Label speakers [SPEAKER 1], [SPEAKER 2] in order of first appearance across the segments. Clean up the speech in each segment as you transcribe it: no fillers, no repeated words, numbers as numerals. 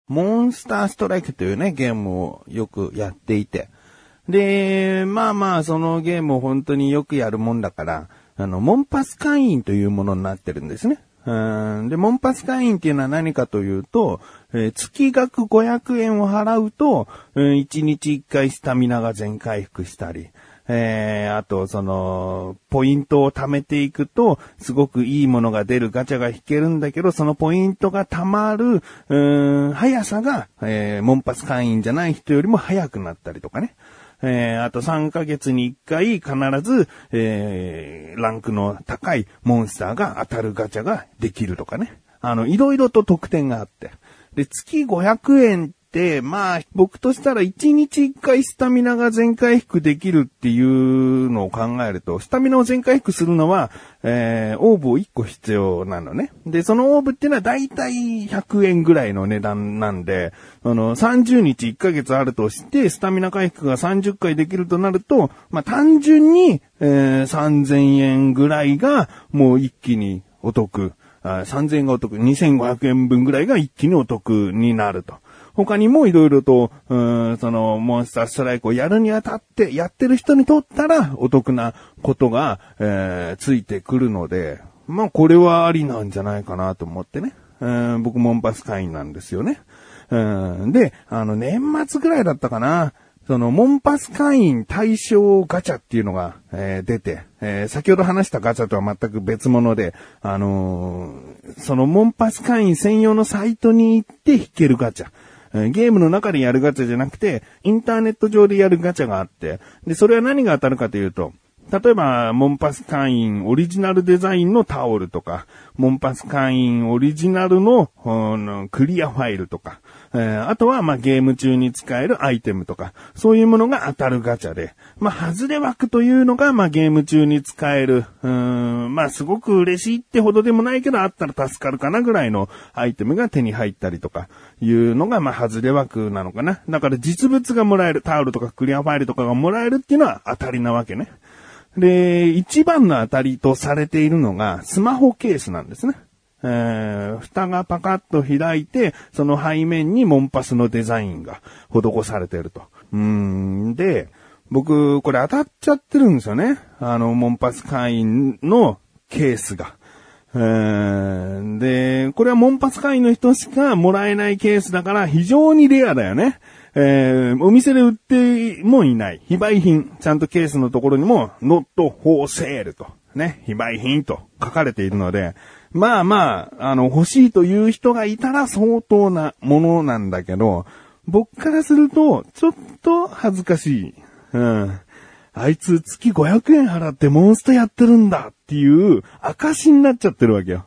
[SPEAKER 1] モンスターストライクというね、ゲームをよくやっていて。で、そのゲームを本当によくやるもんだから、モンパス会員というものになってるんですね。で、モンパス会員っていうのは何かというと、月額500円を払うと、1日1回スタミナが全回復したり、あと、ポイントを貯めていくと、すごくいいものが出るガチャが引けるんだけど、そのポイントが貯まる、速さが、モンパス会員じゃない人よりも速くなったりとかね。あと3ヶ月に1回必ず、ランクの高いモンスターが当たるガチャができるとかね。いろいろと特典があって。で、月500円って、僕としたら1日1回スタミナが全回復できるっていうのを考えると、スタミナを全回復するのは、オーブを1個必要なのね。で、そのオーブっていうのはだいたい100円ぐらいの値段なんで、30日1ヶ月あるとして、スタミナ回復が30回できるとなると、単純に、3000円ぐらいがもう一気にお得。3000円がお得。2500円分ぐらいが一気にお得になると。他にもいろいろと、モンスターストライクをやるにあたって、やってる人にとったらお得なことが、ついてくるので、これはありなんじゃないかなと思ってね。僕、モンパス会員なんですよね。で、年末ぐらいだったかな。モンパス会員対象ガチャっていうのが、出て、先ほど話したガチャとは全く別物で、モンパス会員専用のサイトに行って引けるガチャ。ゲームの中でやるガチャじゃなくて、インターネット上でやるガチャがあって、で、それは何が当たるかというと、例えば、モンパス会員オリジナルデザインのタオルとか、モンパス会員オリジナルの、クリアファイルとか、あとは、ゲーム中に使えるアイテムとか、そういうものが当たるガチャで、外れ枠というのが、ゲーム中に使える、すごく嬉しいってほどでもないけど、あったら助かるかなぐらいのアイテムが手に入ったりとか、いうのが、外れ枠なのかな。だから実物がもらえる、タオルとかクリアファイルとかがもらえるっていうのは当たりなわけね。で、一番の当たりとされているのが、スマホケースなんですね。蓋がパカッと開いて、その背面にモンパスのデザインが施されていると。で、僕、これ当たっちゃってるんですよね。モンパス会員のケースが。で、これはモンパス会員の人しかもらえないケースだから非常にレアだよね。お店で売ってもいない非売品。ちゃんとケースのところにも not for sale とね、非売品と書かれているので、欲しいという人がいたら相当なものなんだけど、僕からするとちょっと恥ずかしい。あいつ月500円払ってモンストやってるんだっていう証になっちゃってるわけよ。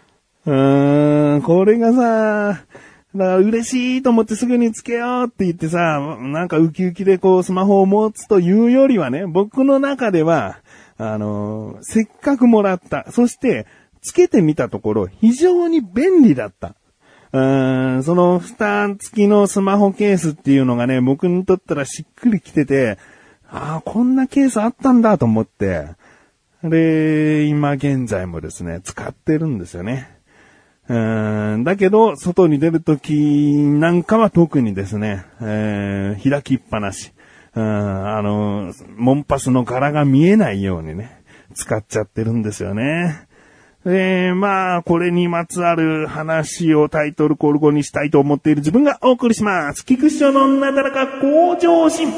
[SPEAKER 1] これがさ、だから嬉しいと思ってすぐにつけようって言ってさ、なんかウキウキでスマホを持つというよりはね、僕の中では、せっかくもらった。そして、つけてみたところ、非常に便利だった。その蓋付きのスマホケースっていうのがね、僕にとったらしっくりきてて、こんなケースあったんだと思って、で、今現在もですね、使ってるんですよね。だけど、外に出るときなんかは特にですね、開きっぱなし。モンパスの柄が見えないようにね、使っちゃってるんですよね。これにまつわる話をタイトルコール後にしたいと思っている自分がお送りします。菊師匠のなだらか向上心。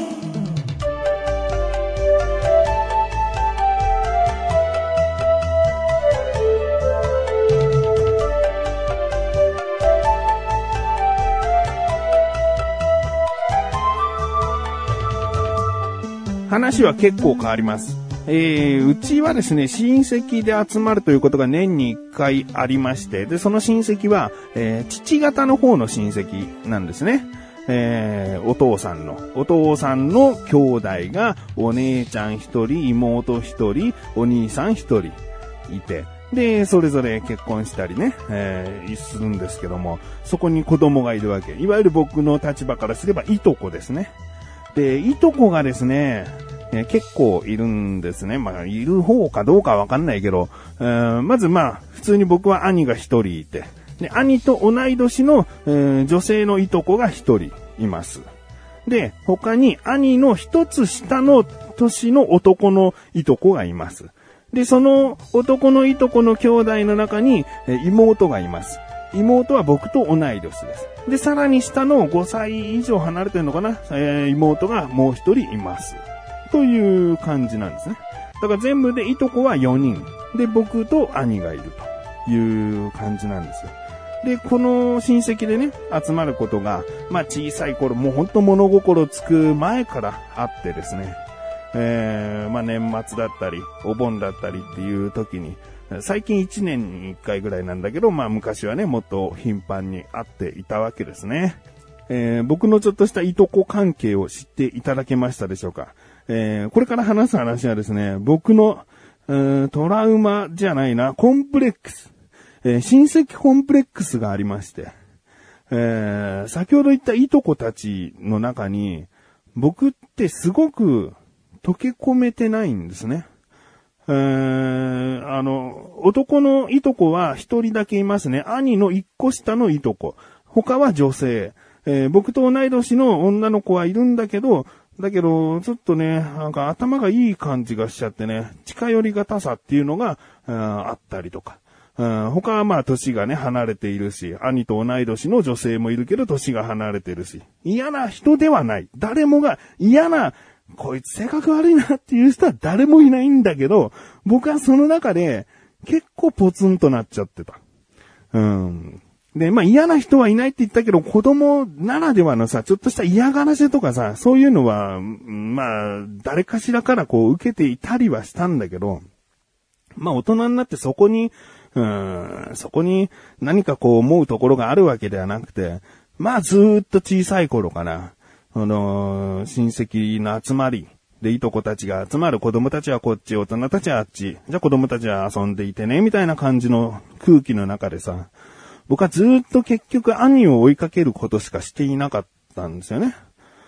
[SPEAKER 1] 話は結構変わります。うちはですね、親戚で集まるということが年に1回ありまして、で、その親戚は、父方の方の親戚なんですね。お父さんの兄弟がお姉ちゃん1人、妹1人、お兄さん1人いて、で、それぞれ結婚したりね、するんですけども、そこに子供がいるわけ。いわゆる僕の立場からすればいとこですね。で、いとこがですね、結構いるんですね。いる方かどうかわかんないけど、まず普通に僕は兄が一人いて、 で、兄と同い年の、女性のいとこが一人います。で、他に兄の一つ下の年の男のいとこがいます。で、その男のいとこの兄弟の中に、妹がいます。妹は僕と同い年です。で、さらに下の5歳以上離れてるのかな、妹がもう一人います。という感じなんですね。だから全部でいとこは4人。で、僕と兄がいるという感じなんですよ。で、この親戚でね、集まることが、まあ小さい頃、もうほんと物心つく前からあってですね。まあ年末だったり、お盆だったりっていう時に、最近1年に1回ぐらいなんだけど、まあ昔はね、もっと頻繁に会っていたわけですね。僕のちょっとしたいとこ関係を知っていただけましたでしょうか。これから話す話はですね、僕の、トラウマじゃないな、コンプレックス。親戚コンプレックスがありまして、先ほど言ったいとこたちの中に、僕ってすごく溶け込めてないんですね。男のいとこは一人だけいますね。兄の一個下のいとこ。他は女性。僕と同い年の女の子はいるんだけど、ちょっとね、なんか頭がいい感じがしちゃってね、近寄りがたさっていうのが、あったりとか。他はまあ年がね、離れているし、兄と同い年の女性もいるけど年が離れてるし、嫌な人ではない。誰もが嫌な、こいつ性格悪いなっていう人は誰もいないんだけど、僕はその中で結構ポツンとなっちゃってた。で、まあ嫌な人はいないって言ったけど、子供ならではのさ、ちょっとした嫌がらせとかさ、そういうのは、まあ、誰かしらからこう受けていたりはしたんだけど、まあ大人になってそこに何かこう思うところがあるわけではなくて、まあずーっと小さい頃かな、親戚の集まりでいとこたちが集まる、子供たちはこっち、大人たちはあっち、じゃあ子供たちは遊んでいてね、みたいな感じの空気の中でさ、僕はずーっと結局兄を追いかけることしかしていなかったんですよね。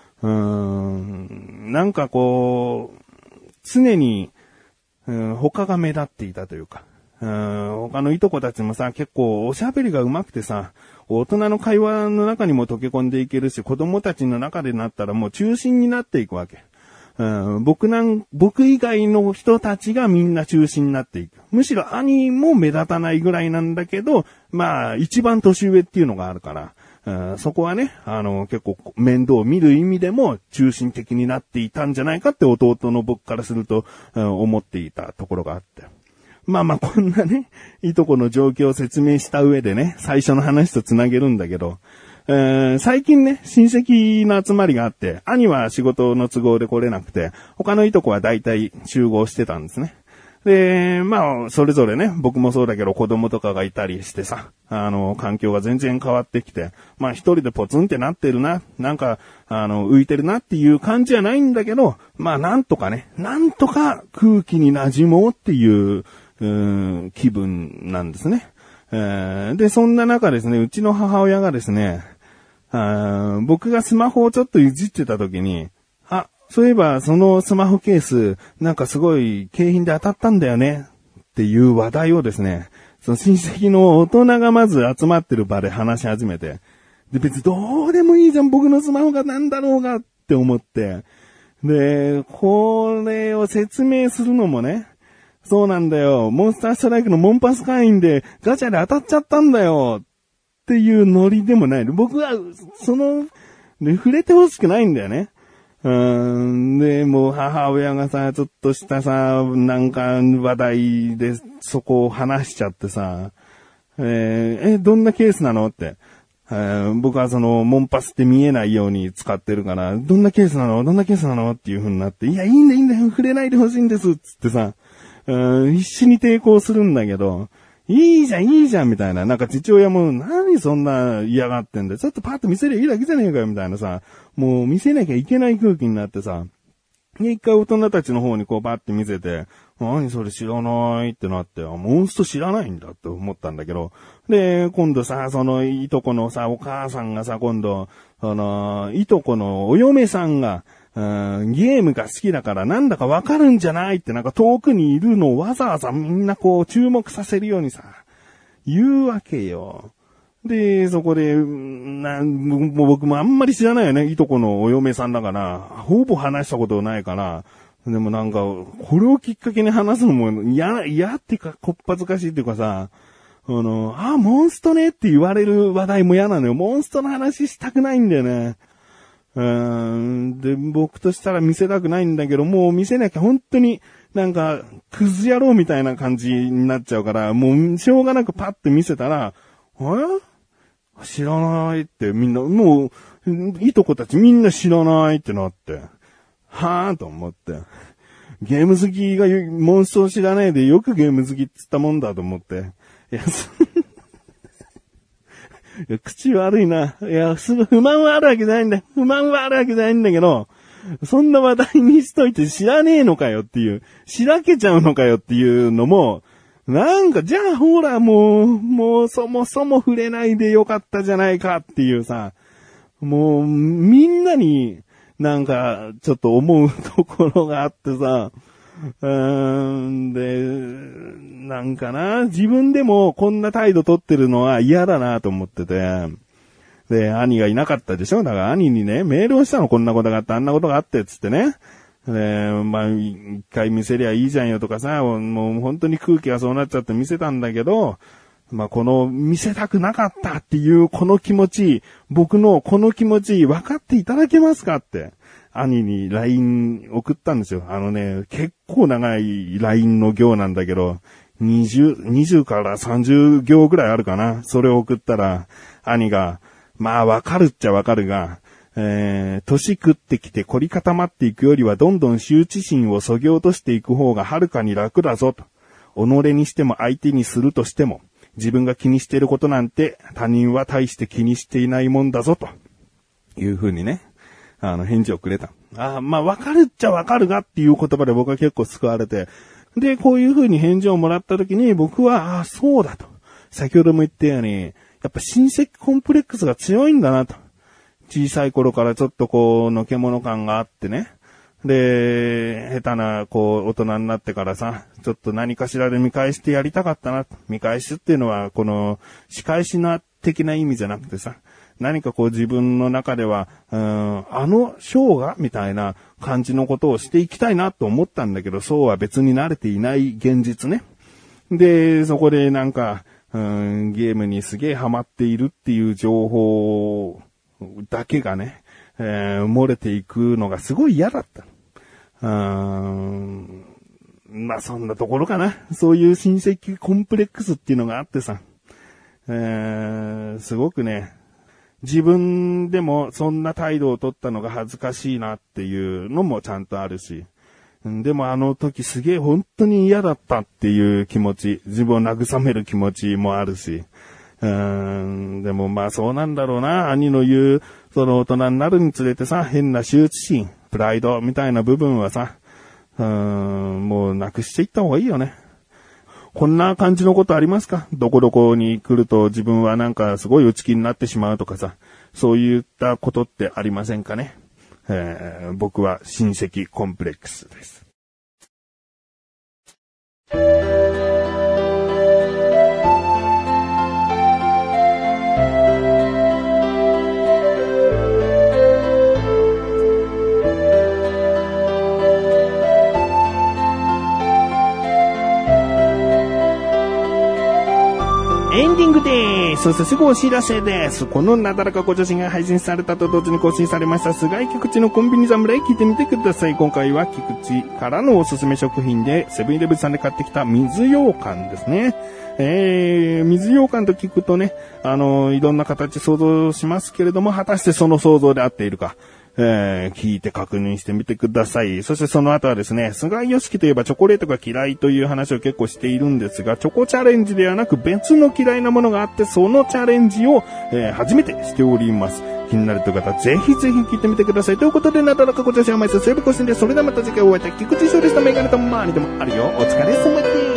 [SPEAKER 1] なんかこう、常に、他が目立っていたというか、他のいとこたちもさ、結構おしゃべりが上手くてさ、大人の会話の中にも溶け込んでいけるし、子供たちの中でなったらもう中心になっていくわけ。僕以外の人たちがみんな中心になっていく。むしろ兄も目立たないぐらいなんだけど、まあ一番年上っていうのがあるから、そこはね、結構面倒を見る意味でも中心的になっていたんじゃないかって弟の僕からすると、思っていたところがあって。まあまあこんなね、いとこの状況を説明した上でね、最初の話とつなげるんだけど、最近ね、親戚の集まりがあって、兄は仕事の都合で来れなくて、他のいとこは大体集合してたんですね。で、まあ、それぞれね、僕もそうだけど子供とかがいたりしてさ、環境が全然変わってきて、まあ一人でポツンってなってるな、なんか、浮いてるなっていう感じじゃないんだけど、まあなんとか空気に馴染もうっていう、気分なんですね。で、そんな中ですね、うちの母親がですね、僕がスマホをちょっといじってた時に、そういえばそのスマホケース、なんかすごい景品で当たったんだよねっていう話題をですね、その親戚の大人がまず集まってる場で話し始めて、で、別にどうでもいいじゃん、僕のスマホがなんだろうがって思って、で、これを説明するのもね、そうなんだよ。モンスターストライクのモンパス会員でガチャで当たっちゃったんだよっていうノリでもない。僕は、触れてほしくないんだよね。で、もう母親がさ、ちょっとしたさ、なんか話題でそこを話しちゃってさ、どんなケースなのって。僕はモンパスって見えないように使ってるから、どんなケースなのっていう風になって、いや、いいんだよ、触れないでほしいんです、つってさ、必死に抵抗するんだけど、いいじゃん、みたいな。なんか父親も、何そんな嫌がってんだよ。ちょっとパッと見せりゃいいだけじゃねえかよ、みたいなさ。もう見せなきゃいけない空気になってさ。で、一回大人たちの方にこうパッて見せて、何それ知らないってなって、モンスト知らないんだって思ったんだけど。で、今度さ、そのいとこのさ、お母さんがさ、今度、いとこのお嫁さんが、ゲームが好きだからなんだかわかるんじゃないってなんか遠くにいるのをわざわざみんなこう注目させるようにさ、言うわけよ。 で、そこで、もう僕もあんまり知らないよね。いとこのお嫁さんだから、ほぼ話したことないから、でもなんか、これをきっかけに話すのも嫌っていうか、こっぱずかしいっていうかさ、モンストねって言われる話題も嫌なのよ。モンストの話したくないんだよね。で、僕としたら見せたくないんだけど、もう見せなきゃ本当になんか、クズ野郎みたいな感じになっちゃうから、もうしょうがなくパッて見せたら、知らないってみんな、もう、いとこたちみんな知らないってなって、はぁと思って、ゲーム好きがモンストを知らないでよくゲーム好きって言ったもんだと思って、いや口悪いな。いや、不満はあるわけないんだ。不満はあるわけないんだけど、そんな話題にしといて知らねえのかよっていう、しらけちゃうのかよっていうのも、なんか、じゃあほらもうそもそも触れないでよかったじゃないかっていうさ、もうみんなになんかちょっと思うところがあってさ、で、なんかな、自分でもこんな態度取ってるのは嫌だなと思ってて、で、兄がいなかったでしょ。だから兄にね、メールをしたの、こんなことがあって、あんなことがあって、つってね。で、まあ、一回見せりゃいいじゃんよとかさ、もう本当に空気がそうなっちゃって見せたんだけど、まあ、この見せたくなかったっていうこの気持ち、僕のこの気持ち分かっていただけますかって、兄に LINE 送ったんですよ。結構長い LINE の行なんだけど、20から30行ぐらいあるかな。それを送ったら、兄が、まあ分かるっちゃ分かるが、年食ってきて凝り固まっていくよりはどんどん羞恥心を削ぎ落としていく方がはるかに楽だぞと。己にしても相手にするとしても、自分が気にしていることなんて他人は大して気にしていないもんだぞというふうにね、返事をくれた。まあ分かるっちゃ分かるがっていう言葉で僕は結構救われて、で、こういうふうに返事をもらった時に僕は、そうだと。先ほども言ったように、やっぱ親戚コンプレックスが強いんだなと。小さい頃からちょっとこう、のけもの感があってね。で、下手な、こう、大人になってからさ、ちょっと何かしらで見返してやりたかったな。見返しっていうのは、この、仕返しな的な意味じゃなくてさ、何かこう自分の中では、ショーがみたいな感じのことをしていきたいなと思ったんだけど、そうは別に慣れていない現実ね。で、そこでなんか、ゲームにすげえハマっているっていう情報だけがね、漏れていくのがすごい嫌だった。まあそんなところかな。そういう親戚コンプレックスっていうのがあってさ、すごくね、自分でもそんな態度を取ったのが恥ずかしいなっていうのもちゃんとあるし、でもあの時すげえ本当に嫌だったっていう気持ち、自分を慰める気持ちもあるし、でもまあそうなんだろうな。兄の言う、その大人になるにつれてさ、変な羞恥心、プライドみたいな部分はさ、もうなくしていった方がいいよね。こんな感じのことありますか？どこどこに来ると自分はなんかすごい内気になってしまうとかさ、そういったことってありませんかね？僕は親戚コンプレックスです。エンディングでーす。そしてすぐお知らせです。このなだらかご女子が配信されたと同時に更新されました菅井菊池のコンビニ侍聞いてみてください。今回は菊池からのおすすめ食品でセブンイレブンさんで買ってきた水羊羹ですね。水羊羹と聞くとね、いろんな形想像しますけれども、果たしてその想像で合っているか。聞いて確認してみてください。そしてその後はですね、菅井良樹といえばチョコレートが嫌いという話を結構しているんですが、チョコチャレンジではなく別の嫌いなものがあって、そのチャレンジを、初めてしております。気になるという方、ぜひぜひ聞いてみてください。ということで、なだらかご女子は毎週水曜日更新で、それではまた次回お会いいたい菊池翔でした。メガネとマーニでもあるよ。お疲れ様です。